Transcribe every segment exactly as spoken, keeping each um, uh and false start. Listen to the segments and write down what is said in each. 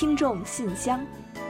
听众信箱，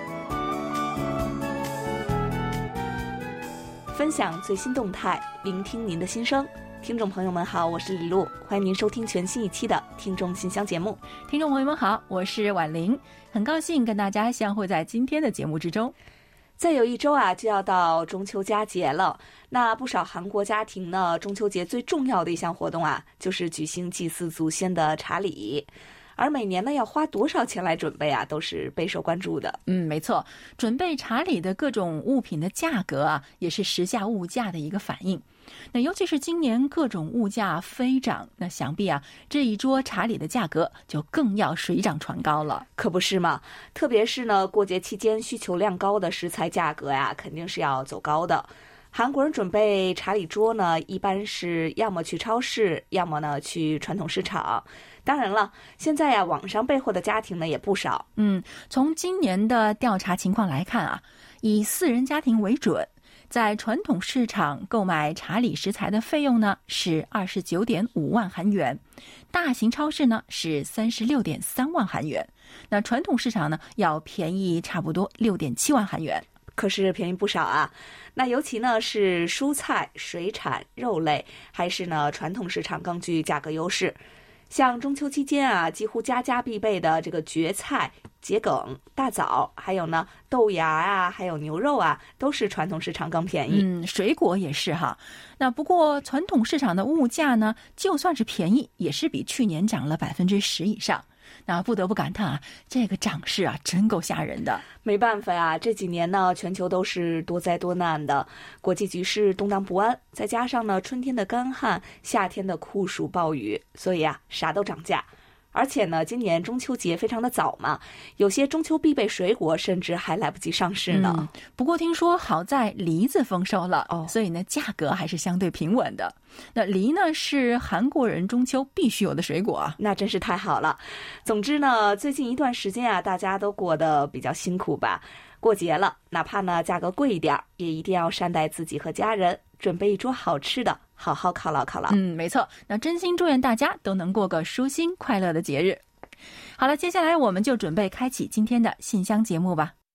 分享最新动态，聆听您的心声。听众朋友们好，我是李璐，欢迎您收听全新一期的听众信箱节目。 听众朋友们好，我是婉玲，很高兴跟大家相会在今天的节目之中。 再有一周啊，就要到中秋佳节了。那不少韩国家庭呢，中秋节最重要的一项活动啊，就是举行祭祀祖先的茶礼。而每年呢，要花多少钱来准备啊，都是备受关注的。 嗯，没错，准备茶礼的各种物品的价格啊，也是时下物价的一个反应。那尤其是今年各种物价飞涨，那想必啊，这一桌茶礼的价格就更要水涨船高了。 可不是嘛？特别是呢，过节期间需求量高的食材价格呀，肯定是要走高的。韩国人准备茶礼桌呢，一般是要么去超市，要么呢去传统市场。当然了，现在呀，网上备货的家庭呢也不少。 嗯，从今年的调查情况来看啊，以四人家庭为准，在传统市场购买茶礼食材的费用呢是二十九点五万韩元，大型超市呢是三十六点三万韩元，那传统市场呢要便宜差不多六点七万韩元。 可是便宜不少啊。那尤其呢是蔬菜、水产、肉类，还是呢传统市场更具价格优势。像中秋期间啊，几乎家家必备的这个蕨菜、桔梗、大枣，还有呢豆芽啊，还有牛肉啊，都是传统市场更便宜。 嗯，水果也是哈。那不过传统市场的物价呢，就算是便宜，也是比去年涨了百分之十以上。那不得不感叹啊，这个涨势啊，真够吓人的。 没办法呀、啊，这几年呢，全球都是多灾多难的，国际局势动荡不安，再加上呢，春天的干旱，夏天的酷暑暴雨，所以啊，啥都涨价。而且呢，今年中秋节非常的早嘛，有些中秋必备水果甚至还来不及上市呢。 嗯、不过听说好在梨子丰收了， 哦， 所以呢，价格还是相对平稳的。那梨呢，是韩国人中秋必须有的水果啊， 那真是太好了。总之呢，最近一段时间啊，大家都过得比较辛苦吧。过节了，哪怕呢价格贵一点，也一定要善待自己和家人，准备一桌好吃的，好好犒劳犒劳。 嗯，没错。那真心祝愿大家都能过个舒心快乐的节日。好了，接下来我们就准备开启今天的信箱节目吧。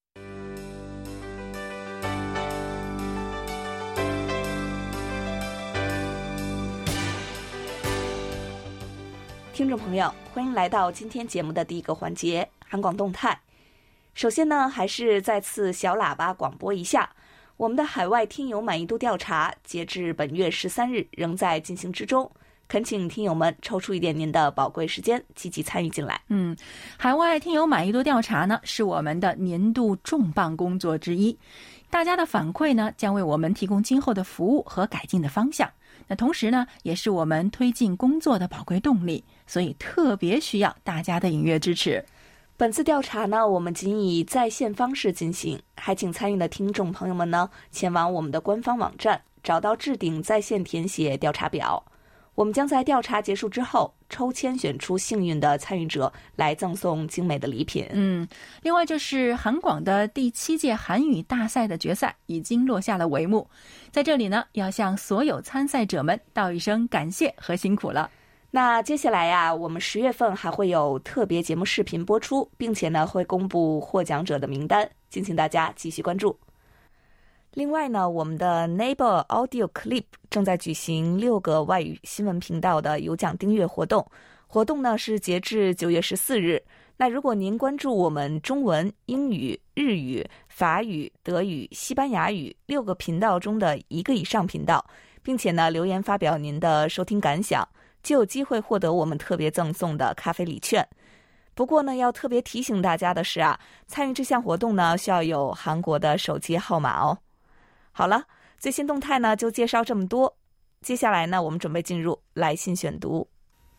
听众朋友，欢迎来到今天节目的第一个环节——韩广动态。首先呢，还是再次小喇叭广播一下，我们的海外听友满意度调查截至本月十三日仍在进行之中，恳请听友们抽出一点您的宝贵时间，积极参与进来。 嗯，海外听友满意度调查呢，是我们的年度重磅工作之一。大家的反馈呢，将为我们提供今后的服务和改进的方向。那同时呢，也是我们推进工作的宝贵动力，所以特别需要大家的踊跃支持。 本次调查呢，我们仅以在线方式进行，还请参与的听众朋友们呢，前往我们的官方网站，找到置顶在线填写调查表。我们将在调查结束之后，抽签选出幸运的参与者，来赠送精美的礼品。 嗯，另外就是韩广的第七届韩语大赛的决赛已经落下了帷幕，在这里呢，要向所有参赛者们道一声感谢和辛苦了。 那接下来呀、啊，我们十月份还会有特别节目视频播出，并且呢会公布获奖者的名单，敬请大家继续关注。另外呢，我们的 Neighbor Audio Clip 正在举行六个外语新闻频道的有奖订阅活动，活动呢是截至九月十四日。那如果您关注我们中文、英语、日语、法语、德语、西班牙语六个频道中的一个以上频道，并且呢留言发表您的收听感想，就有机会获得我们特别赠送的咖啡礼券。不过呢，要特别提醒大家的是啊，参与这项活动呢，需要有韩国的手机号码哦。好了，最新动态呢就介绍这么多。接下来呢，我们准备进入来信选读。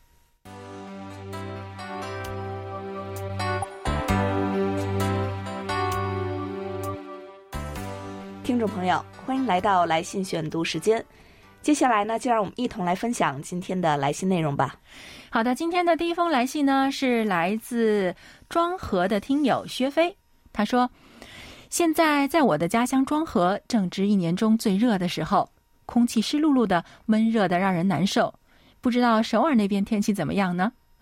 听众朋友，欢迎来到来信选读时间。接下来呢，就让我们一同来分享今天的来信内容吧。 好的，今天的第一封来信呢，是来自庄河的听友薛飞。他说，现在在我的家乡庄河正值一年中最热的时候，空气湿漉漉的，闷热的让人难受。不知道首尔那边天气怎么样呢？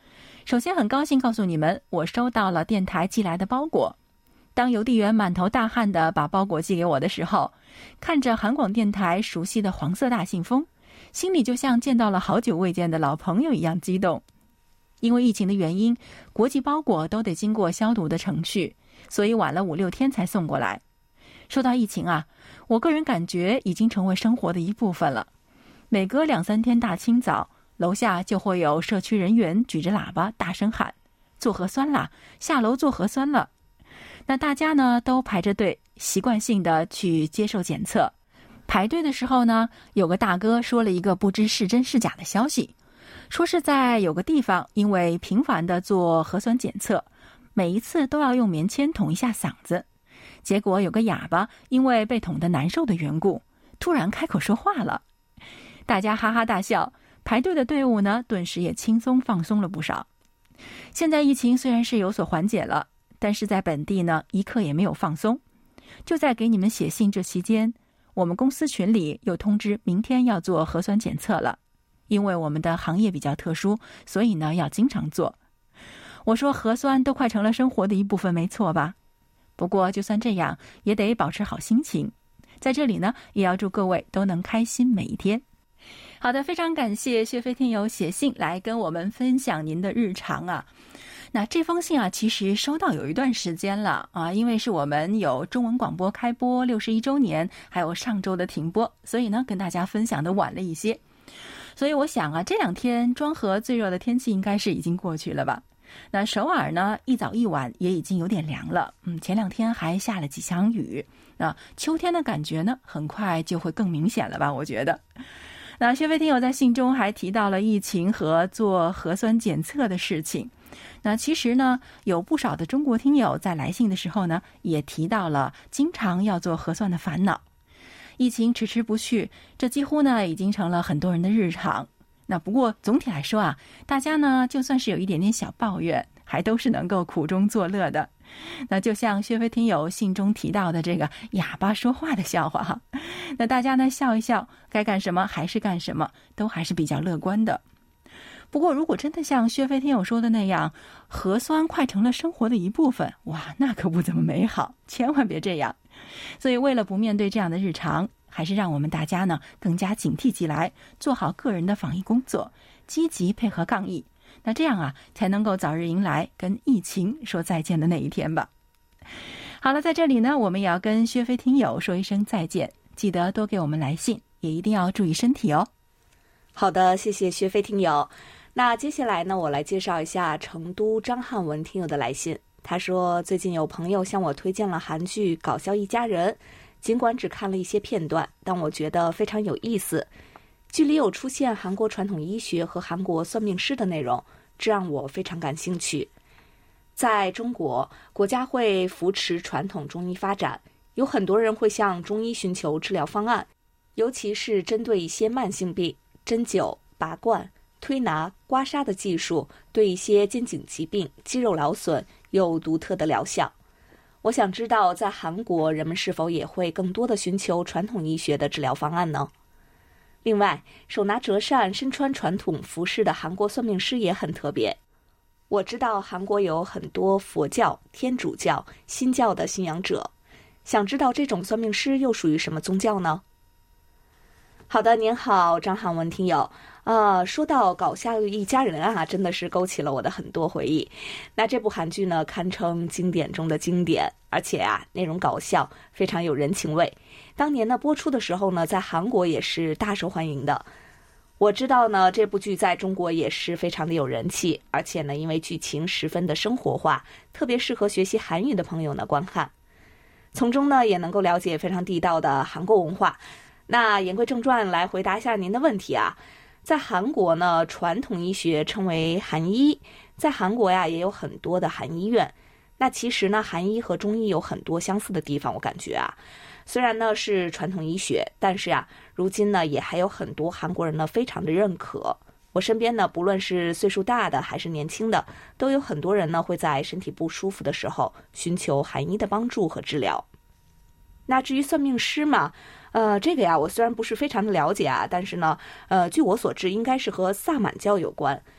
首先很高兴告诉你们，我收到了电台寄来的包裹。当邮递员满头大汗地把包裹寄给我的时候，看着韩广电台熟悉的黄色大信封，心里就像见到了好久未见的老朋友一样激动。因为疫情的原因，国际包裹都得经过消毒的程序，所以晚了五六天才送过来。说到疫情啊，我个人感觉已经成为生活的一部分了。每隔两三天大清早，楼下就会有社区人员举着喇叭大声喊：做核酸啦，下楼做核酸了。那大家呢都排着队，习惯性的去接受检测。排队的时候呢，有个大哥说了一个不知是真是假的消息，说是在有个地方因为频繁的做核酸检测，每一次都要用棉签捅一下嗓子，结果有个哑巴因为被捅得难受的缘故，突然开口说话了。大家哈哈大笑，排队的队伍呢顿时也轻松放松了不少。现在疫情虽然是有所缓解了，但是在本地呢一刻也没有放松。就在给你们写信这期间，我们公司群里又通知明天要做核酸检测了。因为我们的行业比较特殊，所以呢要经常做。我说核酸都快成了生活的一部分，没错吧？不过就算这样，也得保持好心情。在这里呢，也要祝各位都能开心每一天。好的，非常感谢薛飞听友写信来跟我们分享您的日常啊。那这封信啊，其实收到有一段时间了啊，因为是我们有中文广播开播六十一周年，还有上周的停播，所以呢跟大家分享的晚了一些。所以我想啊，这两天庄河最热的天气应该是已经过去了吧。那首尔呢，一早一晚也已经有点凉了，嗯，前两天还下了几场雨。那秋天的感觉呢，很快就会更明显了吧，我觉得。那薛飞听友在信中还提到了疫情和做核酸检测的事情。那其实呢，有不少的中国听友在来信的时候呢，也提到了经常要做核酸的烦恼。疫情迟迟不去，这几乎呢已经成了很多人的日常。那不过总体来说啊，大家呢就算是有一点点小抱怨，还都是能够苦中作乐的。那就像薛飞听友信中提到的这个哑巴说话的笑话哈，那大家呢笑一笑，该干什么还是干什么，都还是比较乐观的。不过如果真的像薛飞听友说的那样，核酸快成了生活的一部分，哇，那可不怎么美好，千万别这样。所以为了不面对这样的日常，还是让我们大家呢更加警惕起来，做好个人的防疫工作，积极配合抗疫。那这样啊，才能够早日迎来跟疫情说再见的那一天吧。好了，在这里呢，我们也要跟薛飞听友说一声再见，记得多给我们来信，也一定要注意身体哦。 好的，谢谢薛飞听友。那接下来呢，我来介绍一下成都张汉文听友的来信。他说，最近有朋友向我推荐了韩剧《搞笑一家人》，尽管只看了一些片段，但我觉得非常有意思。剧里有出现韩国传统医学和韩国算命师的内容，这让我非常感兴趣。在中国，国家会扶持传统中医发展，有很多人会向中医寻求治疗方案，尤其是针对一些慢性病，针灸、拔罐、推拿、刮痧的技术对一些肩颈疾病、肌肉劳损有独特的疗效。我想知道，在韩国人们是否也会更多的寻求传统医学的治疗方案呢？另外，手拿折扇、身穿传统服饰的韩国算命师也很特别。我知道韩国有很多佛教、天主教、新教的信仰者，想知道这种算命师又属于什么宗教呢？好的，您好，张汉文听友。呃，说到搞笑一家人啊，真的是勾起了我的很多回忆。那这部韩剧呢，堪称经典中的经典，而且啊，内容搞笑，非常有人情味。当年呢播出的时候呢，在韩国也是大受欢迎的。我知道呢，这部剧在中国也是非常的有人气，而且呢，因为剧情十分的生活化，特别适合学习韩语的朋友呢观看，从中呢也能够了解非常地道的韩国文化。那言归正传，来回答一下您的问题啊。在韩国呢，传统医学称为韩医，在韩国呀也有很多的韩医院。那其实呢，韩医和中医有很多相似的地方，我感觉啊，虽然呢是传统医学，但是呀，如今呢也还有很多韩国人呢非常的认可。我身边呢，不论是岁数大的还是年轻的，都有很多人呢会在身体不舒服的时候寻求韩医的帮助和治疗。那至于算命师嘛，呃，这个呀，我虽然不是非常的了解啊，但是呢，呃，据我所知，应该是和萨满教有关。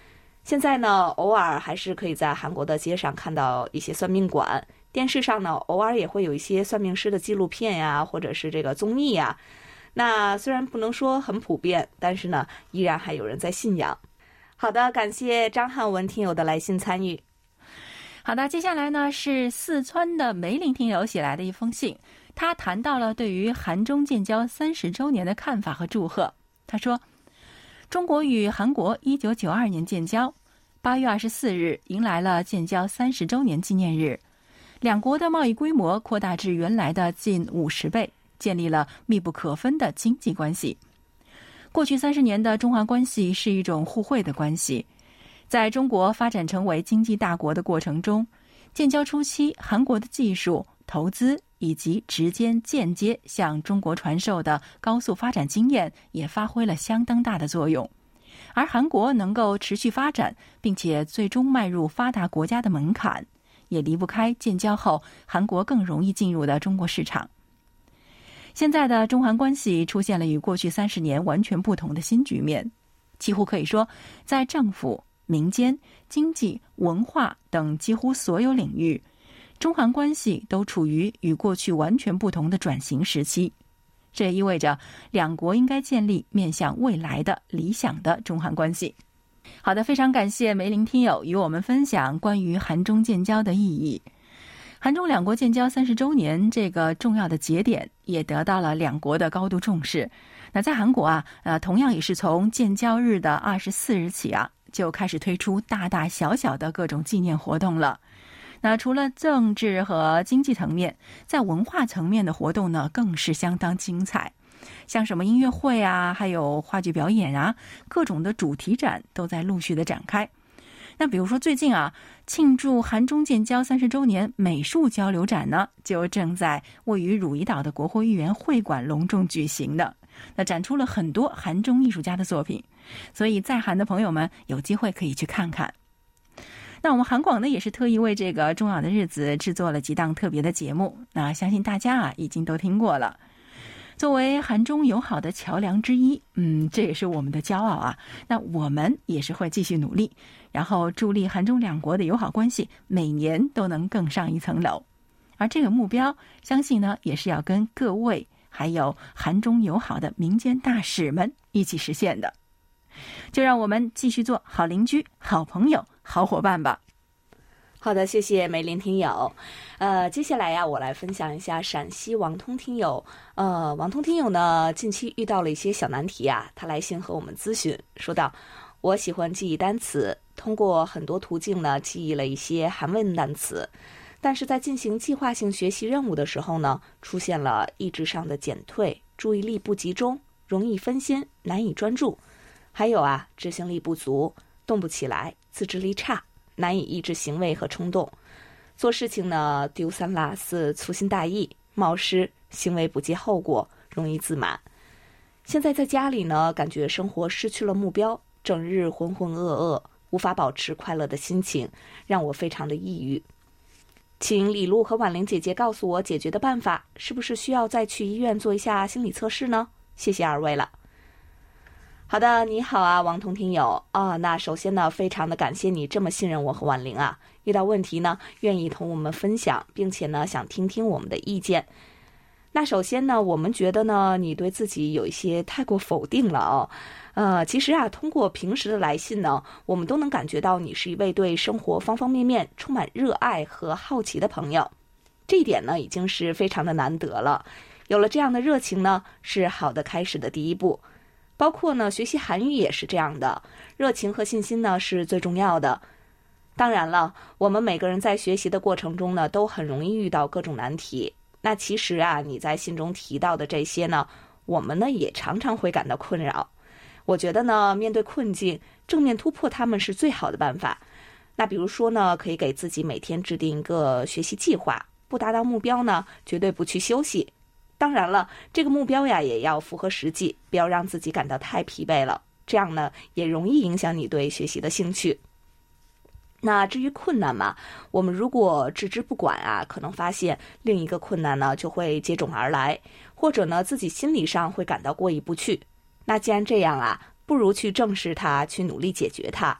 现在呢，偶尔还是可以在韩国的街上看到一些算命馆，电视上呢，偶尔也会有一些算命师的纪录片呀，或者是这个综艺呀。那虽然不能说很普遍，但是呢，依然还有人在信仰。好的，感谢张汉文听友的来信参与。 好的，接下来呢是四川的梅林听友写来的一封信，他谈到了对于韩中建交三十周年的看法和祝贺。他说，中国与韩国一九九二年建交，八月二十四日迎来了建交三十周年纪念日，两国的贸易规模扩大至原来的近五十倍，建立了密不可分的经济关系。过去三十年的中韩关系是一种互惠的关系，在中国发展成为经济大国的过程中，建交初期韩国的技术、投资以及直接间接向中国传授的高速发展经验也发挥了相当大的作用。而韩国能够持续发展，并且最终迈入发达国家的门槛，也离不开建交后韩国更容易进入的中国市场。现在的中韩关系出现了与过去三十年完全不同的新局面，几乎可以说，在政府、民间、经济、文化等几乎所有领域，中韩关系都处于与过去完全不同的转型时期。这也意味着两国应该建立面向未来的理想的中韩关系。好的，非常感谢梅林听友与我们分享关于韩中建交的意义。韩中两国建交三十周年这个重要的节点也得到了两国的高度重视。那在韩国啊，呃，同样也是从建交日的二十四日起啊，就开始推出大大小小的各种纪念活动了。那除了政治和经济层面，在文化层面的活动呢，更是相当精彩。像什么音乐会啊，还有话剧表演啊，各种的主题展都在陆续的展开。那比如说最近啊，庆祝韩中建交三十周年美术交流展呢，就正在位于汝矣岛的国会议员会馆隆重举行的。那展出了很多韩中艺术家的作品，所以在韩的朋友们有机会可以去看看。那我们韩广呢，也是特意为这个重要的日子制作了几档特别的节目，那相信大家啊已经都听过了。作为韩中友好的桥梁之一，嗯，这也是我们的骄傲啊。那我们也是会继续努力，然后助力韩中两国的友好关系每年都能更上一层楼。而这个目标，相信呢也是要跟各位还有韩中友好的民间大使们一起实现的。就让我们继续做好邻居、好朋友、好伙伴吧。 好的，谢谢梅林听友。呃，接下来呀，我来分享一下陕西王通听友。呃，王通听友呢，近期遇到了一些小难题啊，他来信和我们咨询，说道：我喜欢记忆单词，通过很多途径呢，记忆了一些韩文单词，但是在进行计划性学习任务的时候呢，出现了意志上的减退，注意力不集中，容易分心，难以专注，还有啊，执行力不足，动不起来，自制力差，难以抑制行为和冲动，做事情呢丢三落四，粗心大意，冒失，行为不计后果，容易自满。现在在家里呢，感觉生活失去了目标，整日浑浑噩噩，无法保持快乐的心情，让我非常的抑郁。请李璐和婉玲姐姐告诉我解决的办法，是不是需要再去医院做一下心理测试呢？谢谢二位了。好的，你好啊，王彤听友啊。那首先呢，非常的感谢你这么信任我和婉玲啊，遇到问题呢，愿意同我们分享，并且呢，想听听我们的意见。那首先呢，我们觉得呢，你对自己有一些太过否定了哦。呃，其实啊，通过平时的来信呢，我们都能感觉到你是一位对生活方方面面充满热爱和好奇的朋友，这一点呢，已经是非常的难得了。有了这样的热情呢，是好的开始的第一步。包括呢，学习韩语也是这样的，热情和信心呢是最重要的。当然了，我们每个人在学习的过程中呢，都很容易遇到各种难题。那其实啊，你在信中提到的这些呢，我们呢也常常会感到困扰。我觉得呢，面对困境，正面突破它们是最好的办法。那比如说呢，可以给自己每天制定一个学习计划，不达到目标呢，绝对不去休息。当然了，这个目标呀也要符合实际，不要让自己感到太疲惫了，这样呢也容易影响你对学习的兴趣。那至于困难嘛，我们如果置之不管啊，可能发现另一个困难呢就会接踵而来，或者呢自己心理上会感到过意不去。那既然这样啊，不如去正视它，去努力解决它。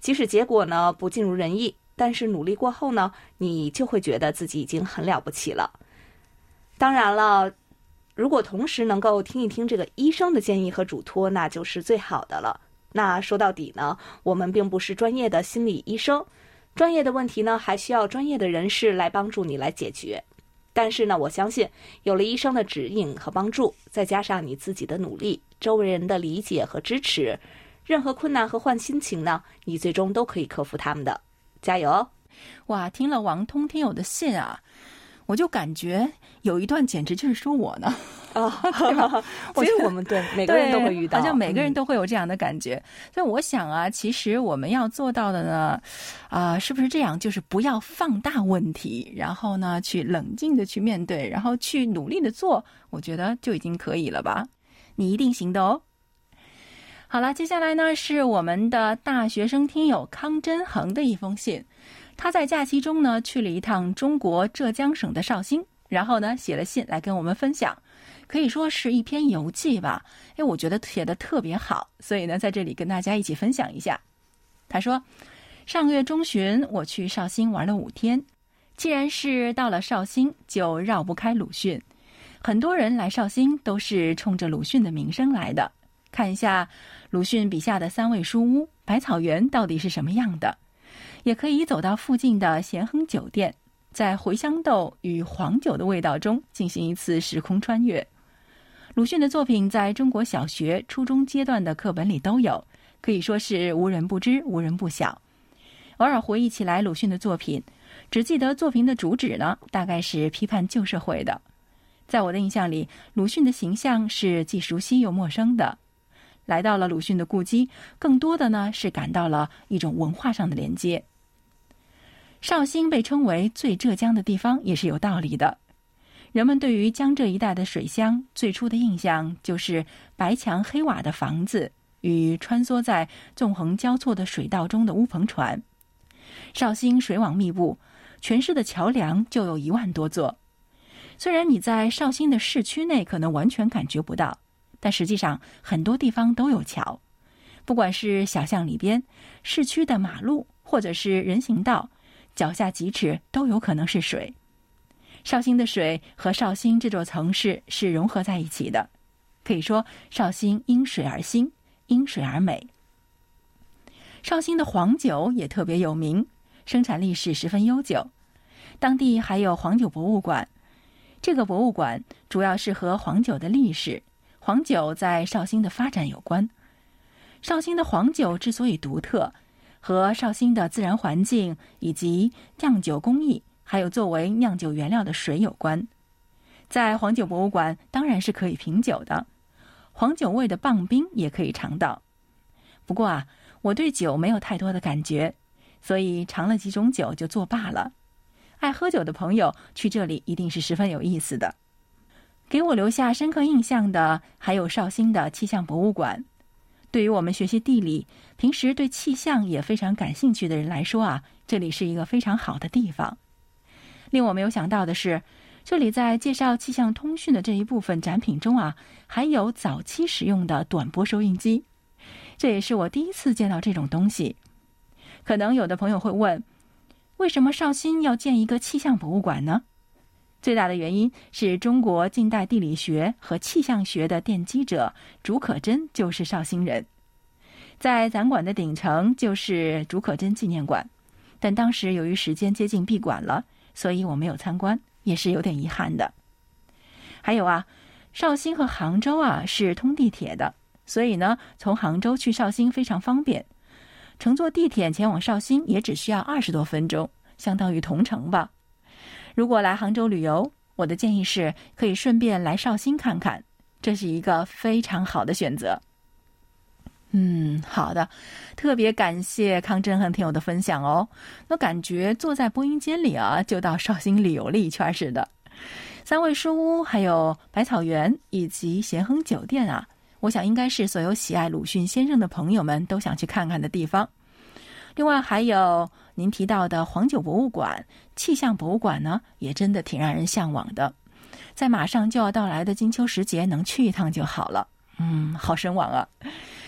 即使结果呢不尽如人意，但是努力过后呢，你就会觉得自己已经很了不起了。当然了，如果同时能够听一听这个医生的建议和嘱托，那就是最好的了。那说到底呢，我们并不是专业的心理医生，专业的问题呢，还需要专业的人士来帮助你来解决。但是呢，我相信有了医生的指引和帮助，再加上你自己的努力，周围人的理解和支持，任何困难和坏心情呢，你最终都可以克服他们的。加油！ 哇，听了王通听友的信啊，我就感觉有一段简直就是说我呢。 啊、哦，所以我们对每个人都会遇到， 好像每个人都会有这样的感觉。嗯、所以我想啊，其实我们要做到的呢，啊、呃，是不是这样？就是不要放大问题，然后呢，去冷静的去面对，然后去努力的做，我觉得就已经可以了吧？你一定行的哦。好了，接下来呢是我们的大学生听友康真恒的一封信。他在假期中呢去了一趟中国浙江省的绍兴，然后呢写了信来跟我们分享。可以说是一篇游记吧，哎，我觉得写得特别好，所以呢，在这里跟大家一起分享一下。他说，上个月中旬我去绍兴玩了五天，既然是到了绍兴，就绕不开鲁迅。很多人来绍兴都是冲着鲁迅的名声来的，看一下鲁迅笔下的三味书屋、百草园到底是什么样的，也可以走到附近的咸亨酒店，在茴香豆与黄酒的味道中进行一次时空穿越。鲁迅的作品在中国小学、初中阶段的课本里都有，可以说是无人不知、无人不晓。偶尔回忆起来鲁迅的作品，只记得作品的主旨呢，大概是批判旧社会的。在我的印象里，鲁迅的形象是既熟悉又陌生的。来到了鲁迅的故居，更多的呢是感到了一种文化上的连接。绍兴被称为最浙江的地方也是有道理的。人们对于江浙一带的水乡最初的印象就是白墙黑瓦的房子与穿梭在纵横交错的水道中的乌篷船。绍兴水网密布，全市的桥梁就有一万多座。虽然你在绍兴的市区内可能完全感觉不到，但实际上很多地方都有桥，不管是小巷里边、市区的马路或者是人行道，脚下几尺都有可能是水。绍兴的水和绍兴这座城市是融合在一起的，可以说绍兴因水而兴，因水而美。绍兴的黄酒也特别有名，生产历史十分悠久，当地还有黄酒博物馆。这个博物馆主要是和黄酒的历史、黄酒在绍兴的发展有关。绍兴的黄酒之所以独特，和绍兴的自然环境以及酿酒工艺还有作为酿酒原料的水有关。在黄酒博物馆当然是可以品酒的，黄酒味的棒冰也可以尝到。不过啊，我对酒没有太多的感觉，所以尝了几种酒就作罢了。爱喝酒的朋友去这里一定是十分有意思的。给我留下深刻印象的还有绍兴的气象博物馆。对于我们学习地理，平时对气象也非常感兴趣的人来说啊，这里是一个非常好的地方。令我没有想到的是，这里在介绍气象通讯的这一部分展品中啊，还有早期使用的短波收音机。这也是我第一次见到这种东西。可能有的朋友会问，为什么绍兴要建一个气象博物馆呢？最大的原因是中国近代地理学和气象学的奠基者竺可桢就是绍兴人。在展馆的顶层就是竺可桢纪念馆，但当时由于时间接近闭馆了，所以我没有参观，也是有点遗憾的。还有啊，绍兴和杭州啊是通地铁的，所以呢，从杭州去绍兴非常方便。乘坐地铁前往绍兴也只需要二十多分钟，相当于同城吧。如果来杭州旅游，我的建议是可以顺便来绍兴看看，这是一个非常好的选择。嗯，好的，特别感谢康真和听友的分享哦。那感觉坐在播音间里啊，就到绍兴旅游了一圈似的。三味书屋、还有百草园以及咸亨酒店啊，我想应该是所有喜爱鲁迅先生的朋友们都想去看看的地方。另外还有您提到的黄酒博物馆、气象博物馆呢，也真的挺让人向往的。在马上就要到来的金秋时节能去一趟就好了。嗯，好神往啊。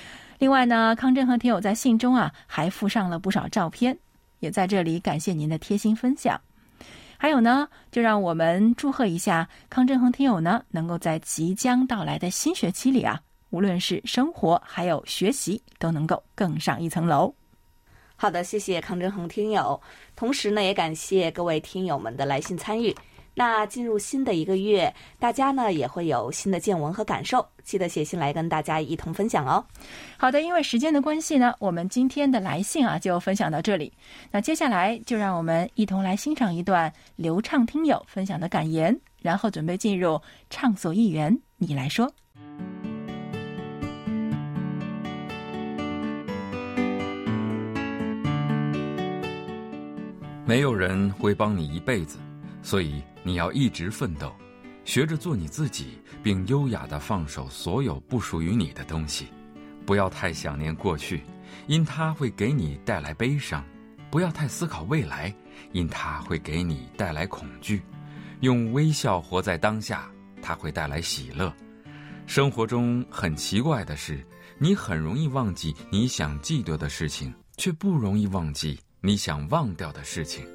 另外呢，康真和听友在信中啊还附上了不少照片，也在这里感谢您的贴心分享。还有呢，就让我们祝贺一下康真和听友呢，能够在即将到来的新学期里啊，无论是生活还有学习，都能够更上一层楼。 好的，谢谢康真恒听友，同时呢，也感谢各位听友们的来信参与。那进入新的一个月，大家呢也会有新的见闻和感受，记得写信来跟大家一同分享哦。 好的，因为时间的关系呢，我们今天的来信啊就分享到这里。那接下来就让我们一同来欣赏一段流畅听友分享的感言，然后准备进入畅所欲言，你来说。 没有人会帮你一辈子，所以你要一直奋斗，学着做你自己，并优雅地放手所有不属于你的东西。不要太想念过去，因它会给你带来悲伤；不要太思考未来，因它会给你带来恐惧。用微笑活在当下，它会带来喜乐。生活中很奇怪的是，你很容易忘记你想记得的事情，却不容易忘记你想忘掉的事情。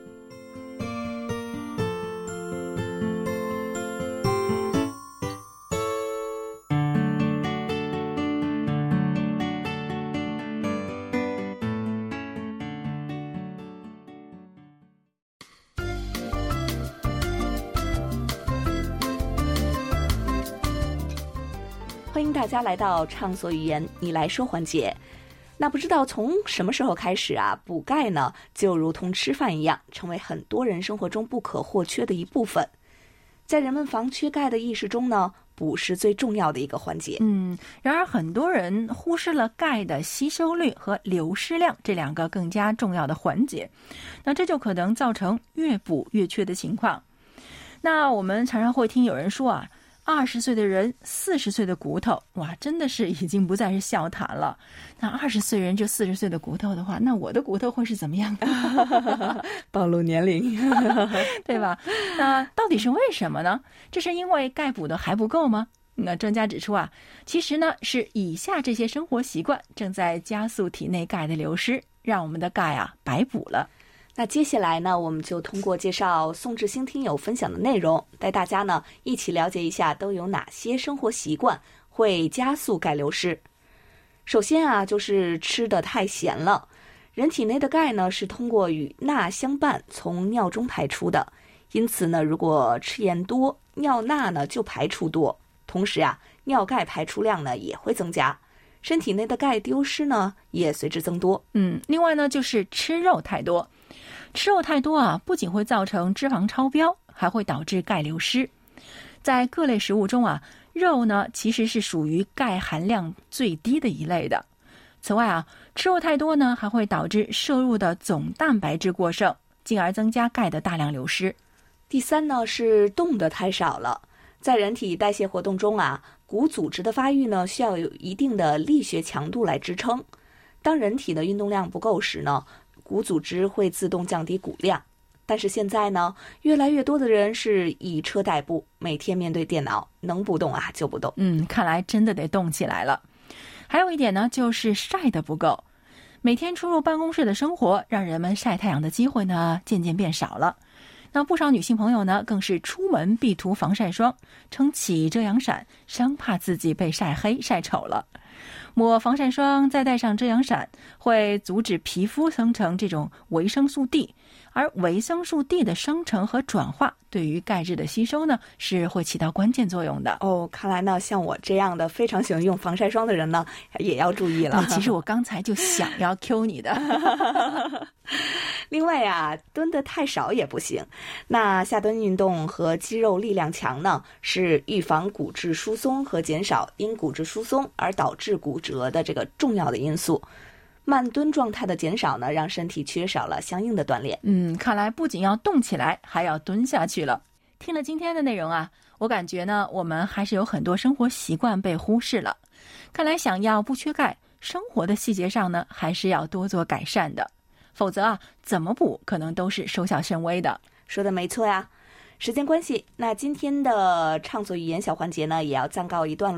欢迎大家来到畅所欲言，你来说环节。那不知道从什么时候开始啊，补钙呢就如同吃饭一样，成为很多人生活中不可或缺的一部分。在人们防缺钙的意识中呢，补是最重要的一个环节。 嗯，然而很多人忽视了钙的吸收率和流失量这两个更加重要的环节，那这就可能造成越补越缺的情况。那我们常常会听有人说啊，二十岁的人，四十岁的骨头，哇，真的是已经不再是笑谈了。那二十岁人就四十岁的骨头的话，那我的骨头会是怎么样的？ 暴露年龄， 对吧？那到底是为什么呢？这是因为钙补的还不够吗？那专家指出啊，其实呢是以下这些生活习惯正在加速体内钙的流失，让我们的钙啊白补了。 那接下来呢，我们就通过介绍宋志兴听友分享的内容，带大家呢一起了解一下都有哪些生活习惯会加速钙流失。首先啊，就是吃得太咸了。人体内的钙呢是通过与钠相伴从尿中排出的，因此呢，如果吃盐多，尿钠呢就排出多，同时啊，尿钙排出量呢也会增加，身体内的钙丢失呢也随之增多。 嗯，另外呢，就是吃肉太多。吃肉太多啊，不仅会造成脂肪超标，还会导致钙流失。在各类食物中啊，肉呢其实是属于钙含量最低的一类的。此外啊，吃肉太多呢，还会导致摄入的总蛋白质过剩，进而增加钙的大量流失。 第三呢，是动得太少了。在人体代谢活动中啊，骨组织的发育呢需要有一定的力学强度来支撑。当人体的运动量不够时呢，骨组织会自动降低骨量。但是现在呢，越来越多的人是以车代步，每天面对电脑，能不动啊就不动。 嗯，看来真的得动起来了。还有一点呢，就是晒得不够。每天出入办公室的生活，让人们晒太阳的机会呢渐渐变少了。那不少女性朋友呢，更是出门必涂防晒霜，撑起遮阳伞，生怕自己被晒黑晒丑了。抹防晒霜再戴上遮阳伞，会阻止皮肤生成这种维生素 D， 而维生素 D 的生成和转化对于钙质的吸收呢，是会起到关键作用的。 哦，看来呢，像我这样的非常喜欢用防晒霜的人呢，也要注意了。 其实我刚才就想要 Q 你的。 另外啊，蹲得太少也不行。那下蹲运动和肌肉力量强呢，是预防骨质疏松和减少因骨质疏松而导致骨折的这个重要的因素。慢蹲状态的减少呢，让身体缺少了相应的锻炼。 嗯，看来不仅要动起来，还要蹲下去了。听了今天的内容啊，我感觉呢，我们还是有很多生活习惯被忽视了。看来想要不缺钙，生活的细节上呢，还是要多做改善的。否则啊，怎么补可能都是收效甚微的。 说的没错呀。时间关系，那今天的畅所欲言小环节呢，也要暂告一段落了。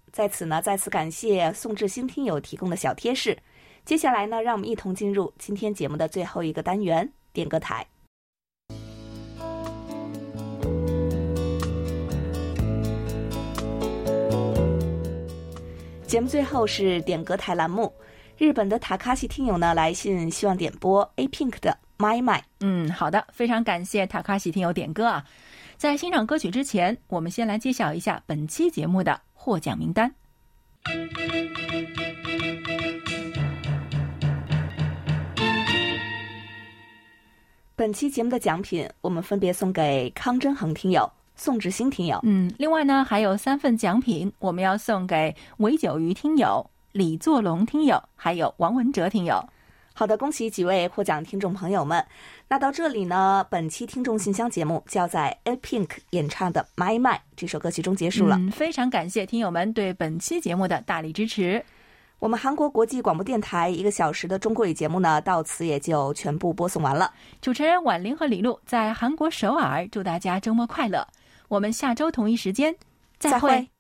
在此呢，再次感谢宋志新听友提供的小贴士。接下来呢，让我们一同进入今天节目的最后一个单元——点歌台。节目最后是点歌台栏目。日本的塔卡西听友呢来信，希望点播 A Pink 的 My My。 嗯，好的，非常感谢塔卡西听友点歌啊。在欣赏歌曲之前，我们先来揭晓一下本期节目的获奖名单。 本期节目的奖品我们分别送给康真恒听友、宋志新听友。 嗯，另外呢还有三份奖品，我们要送给韦九鱼听友、李作龙听友，还有王文哲听友。 好的，恭喜几位获奖听众朋友们。那到这里呢，本期听众信箱节目就要在 A Pink 演唱的 My My 这首歌曲中结束了。 嗯，非常感谢听友们对本期节目的大力支持。 我们韩国国际广播电台一个小时的中国语节目呢，到此也就全部播送完了。 主持人婉玲和李璐在韩国首尔，祝大家周末快乐。我们下周同一时间再会。 再会。